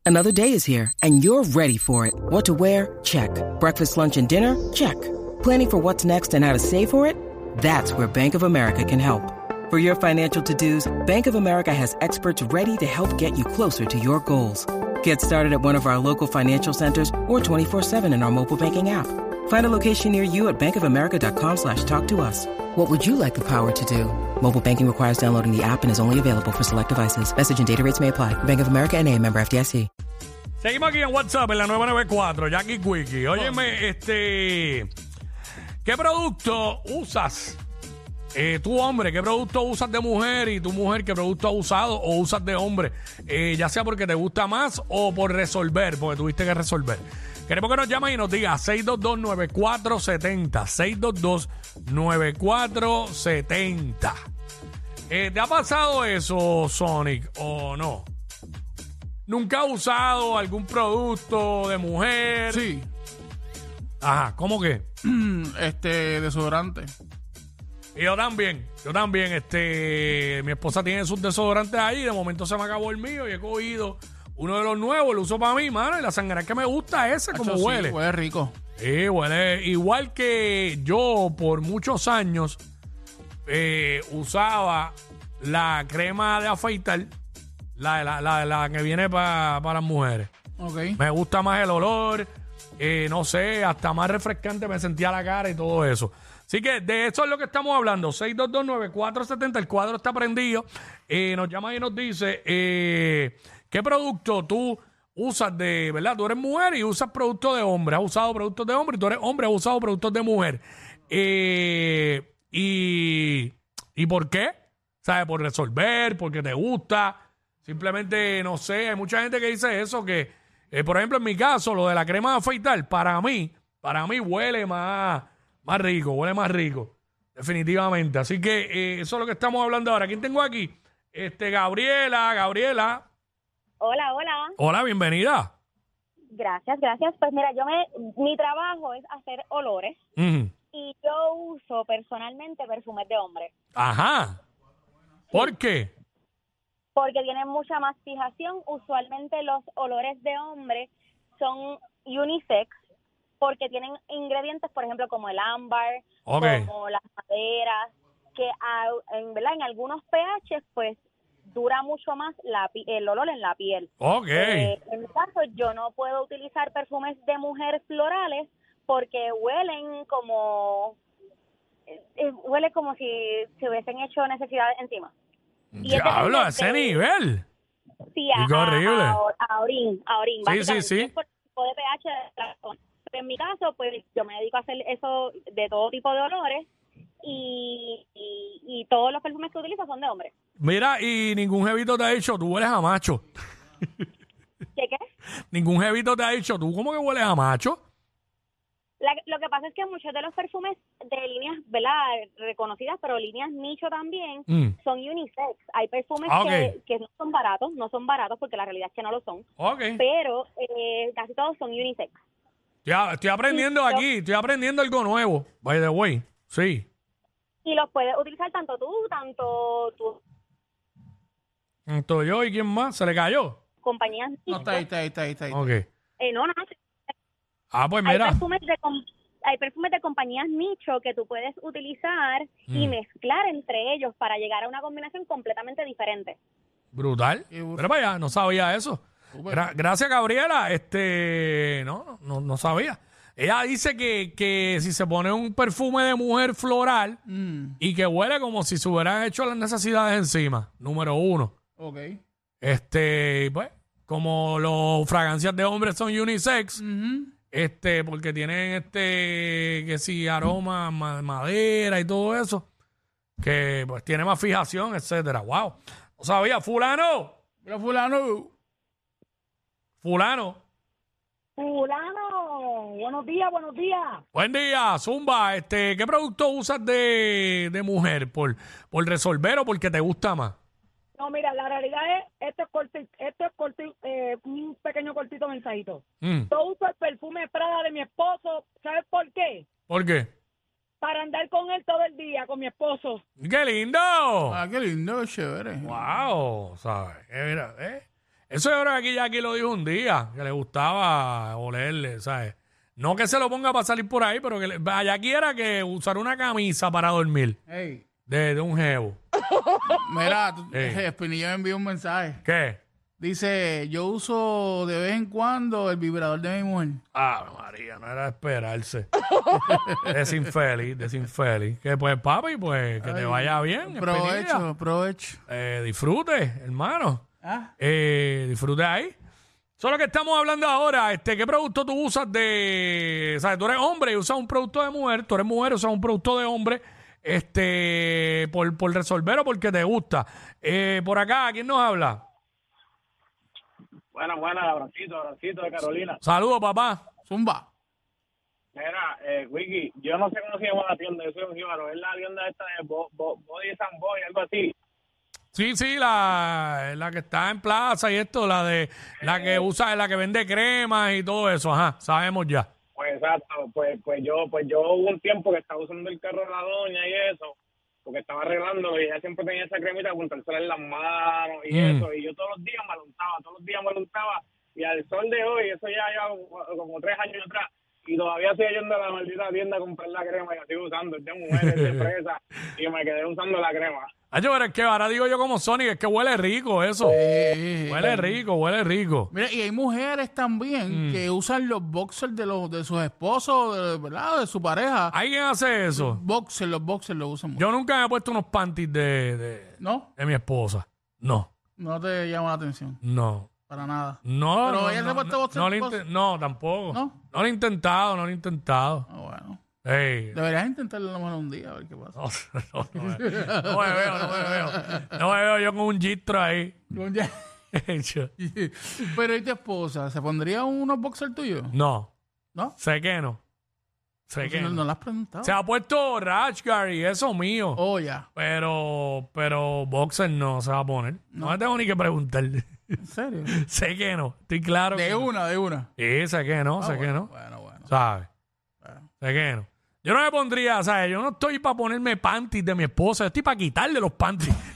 Another day is here, and you're ready for it. What to wear? Check. Breakfast, lunch, and dinner? Check. Planning for what's next and how to save for it? That's where Bank of America can help. For your financial to-dos, Bank of America has experts ready to help get you closer to your goals. Get started at one of our local financial centers or 24/7 in our mobile banking app. Find a location near you at bankofamerica.com/talktous. What would you like the power to do? Mobile banking requires downloading the app and is only available for select devices. Message and data rates may apply. Bank of America N.A., member FDIC. Seguimos aquí en WhatsApp en la 994, Jackie Quickie. Óyeme, ¿qué producto usas? Tu hombre, ¿qué producto usas de mujer? Y tu mujer, ¿qué producto has usado o usas de hombre? Ya sea porque te gusta más o por resolver, porque tuviste que resolver. Queremos que nos llames y nos digas 622-9470. 622-9470. ¿Te ha pasado eso, Sonic, o no? ¿Nunca has usado algún producto de mujer? Sí. Ajá, ¿cómo que? Desodorante. Y yo también. Mi esposa tiene sus desodorantes ahí. De momento se me acabó el mío y he cogido uno de los nuevos, lo uso para mí, mano. Y la sangre que me gusta ese, como huele. Sí, huele rico. Sí, huele igual que yo por muchos años usaba la crema de afeitar, la que viene para las mujeres. Okay. Me gusta más el olor, no sé, hasta más refrescante me sentía la cara y todo eso. Así que de eso es lo que estamos hablando. 6229470, el cuadro está prendido. Nos llama y nos dice, ¿qué producto tú usas de, verdad? Tú eres mujer y usas productos de hombre. Has usado productos de hombre y tú eres hombre, has usado productos de mujer. ¿Y por qué? ¿Sabes? Por resolver, porque te gusta. Simplemente, no sé, hay mucha gente que dice eso, que, por ejemplo, en mi caso, lo de la crema de afeitar, para mí huele más rico, huele más rico, definitivamente. Así que eso es lo que estamos hablando ahora. ¿Quién tengo aquí? Gabriela. Hola. Hola, bienvenida. Gracias. Pues mira, mi trabajo es hacer olores Uh-huh. y yo uso personalmente perfumes de hombre. Ajá. ¿Por qué? Porque tienen mucha más fijación. Usualmente los olores de hombre son unisex porque tienen ingredientes, por ejemplo, como el ámbar, Okay. como las maderas, que ¿verdad? En algunos pH, pues, dura mucho más el olor en la piel. Ok. En mi caso, yo no puedo utilizar perfumes de mujer florales porque huelen huele como si se hubiesen hecho necesidades encima. Y Diablo, a ese nivel. Sí, Qué horrible. a orín. Sí. Por tipo de pH de la zona. Pero en mi caso, pues yo me dedico a hacer eso de todo tipo de olores y todos los perfumes que utilizo son de hombre. Mira, y ningún jevito te ha dicho, tú hueles a macho. ¿Qué? Ningún jevito te ha dicho, tú cómo que hueles a macho. Lo que pasa es que muchos de los perfumes de líneas, ¿verdad? Reconocidas, pero líneas nicho también, son unisex. Hay perfumes que no son baratos porque la realidad es que no lo son. Okay. Pero casi todos son unisex. Ya, estoy aprendiendo estoy aprendiendo algo nuevo, by the way. Sí. Y los puedes utilizar tanto tú, Entonces yo y quién más, se le cayó. compañías No, nicho. está ahí. Ok. No. Pues Hay mira. perfumes de compañías nicho que tú puedes utilizar y mezclar entre ellos para llegar a una combinación completamente diferente. Brutal. Pero vaya, no sabía eso. Gracias, Gabriela. No sabía. Ella dice que si se pone un perfume de mujer floral y que huele como si se hubieran hecho las necesidades encima, número 1. Ok. Pues, como los fragancias de hombres son unisex, porque tienen que si aroma, madera y todo eso, que pues tiene más fijación, etcétera. Wow. No sabía. Fulano. Mira, fulano. Buenos días. Buen día, Zumba. ¿Qué producto usas de mujer? ¿Por resolver o porque te gusta más? No, mira, la realidad es, un pequeño cortito mensajito. Yo uso el perfume Prada de mi esposo, ¿sabes por qué? ¿Por qué? Para andar con él todo el día, con mi esposo. ¡Qué lindo! Qué lindo, chévere. ¡Wow! ¿Sabes? Mira, Eso yo creo que aquí Jackie lo dijo un día, que le gustaba olerle, ¿sabes? No que se lo ponga para salir por ahí, pero que a Jackie era que usar una camisa para dormir. Ey. De un jevo. Mira, Espinilla me envió un mensaje. ¿Qué? Dice, yo uso de vez en cuando el vibrador de mi mujer. Ah, María, no era de esperarse. Desinfeliz. Que pues, papi, pues, que te vaya bien. Provecho. Disfrute, hermano. ¿Ah? Disfrute ahí. Eso es lo que estamos hablando ahora. ¿Qué producto tú usas de... ¿Sabes? Tú eres hombre y usas un producto de mujer. Tú eres mujer y usas un producto de hombre. Por resolver o porque te gusta. Por acá, ¿quién nos habla? Buenas, abracito de Carolina. Saludos, papá. Zumba. Mira, Wiki, yo no sé cómo se llama la tienda, yo soy un jíbaro, es la tienda esta de Body and Boy, algo así. Sí, la que está en plaza y esto, la que usa, la que vende cremas y todo eso, ajá, sabemos ya. Pues exacto, pues yo hubo un tiempo que estaba usando el carro de la doña y eso, porque estaba arreglándolo y ella siempre tenía esa cremita para untársela en las manos y eso, y yo todos los días me lo untaba, y al sol de hoy, eso ya lleva como 3 años atrás, y todavía estoy yendo a la maldita tienda a comprar la crema y la sigo usando, es de mujeres, de fresa, y me quedé usando la crema. Pero es que ahora digo yo como Sonic, es que huele rico eso. Huele rico. Mira, y hay mujeres también que usan los boxers de sus esposos, ¿verdad? De su pareja. ¿Alguien hace eso? Los boxers lo usan mucho. Yo nunca me he puesto unos panties ¿No? de mi esposa. No. ¿No te llama la atención? No. Para nada. No, ¿Pero ella se ha puesto boxers? No, tampoco. ¿No? No lo he intentado. Ah, bueno. Hey. Deberías intentarlo a lo mejor un día, a ver qué pasa. No me veo yo con un gistro ahí. Pero ¿y tu esposa? ¿Se pondría unos boxers tuyos? No. ¿No? Sé que no. No la has preguntado. Se ha puesto rash guard y eso mío. Oh, ya. Pero boxer no se va a poner. No me tengo ni que preguntar. ¿En serio? Sé que no. Estoy claro. De una. Sí, sé que no, que no. Bueno. ¿Sabes? Sé que no. Yo no me pondría, ¿sabes? Yo no estoy para ponerme panties de mi esposa. Yo estoy para quitarle los panties